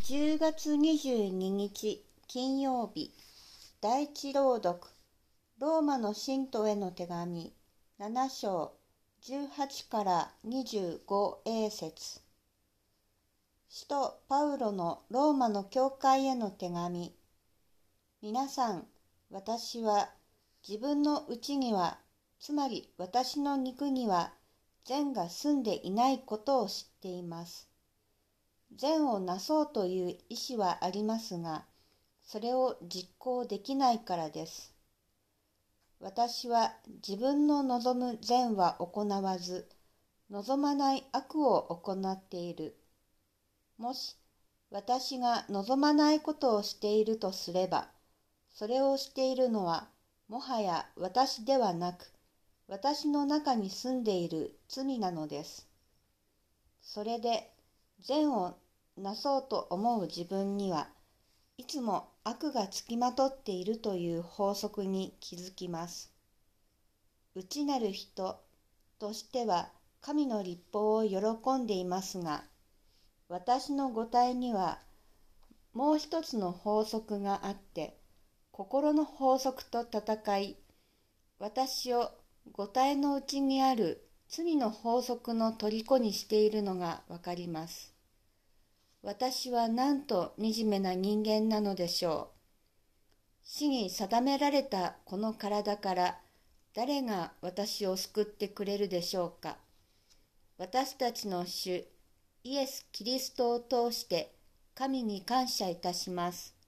10月22日金曜日、第一朗読、ローマの信徒への手紙、7章、18から25節。使徒パウロのローマの教会への手紙。皆さん、私は自分のうちには、つまり私の肉には、善が住んでいないことを知っています。善をなそうという意志はありますが、それを実行できないからです。私は自分の望む善は行わず、望まない悪を行っている。もし私が望まないことをしているとすれば、それをしているのはもはや私ではなく、私の中に住んでいる罪なのです。それで善をなそうと思う自分にはいつも悪がつきまとっているという法則に気づきます。内なる人としては神の律法を喜んでいますが、私の五体にはもう一つの法則があって、心の法則と戦い、私を五体のうちにある罪の法則の虜にしているのがわかります。私はなんと惨めな人間なのでしょう。死に定められたこの体から誰が私を救ってくれるでしょうか。私たちの主イエス・キリストを通して神に感謝いたします。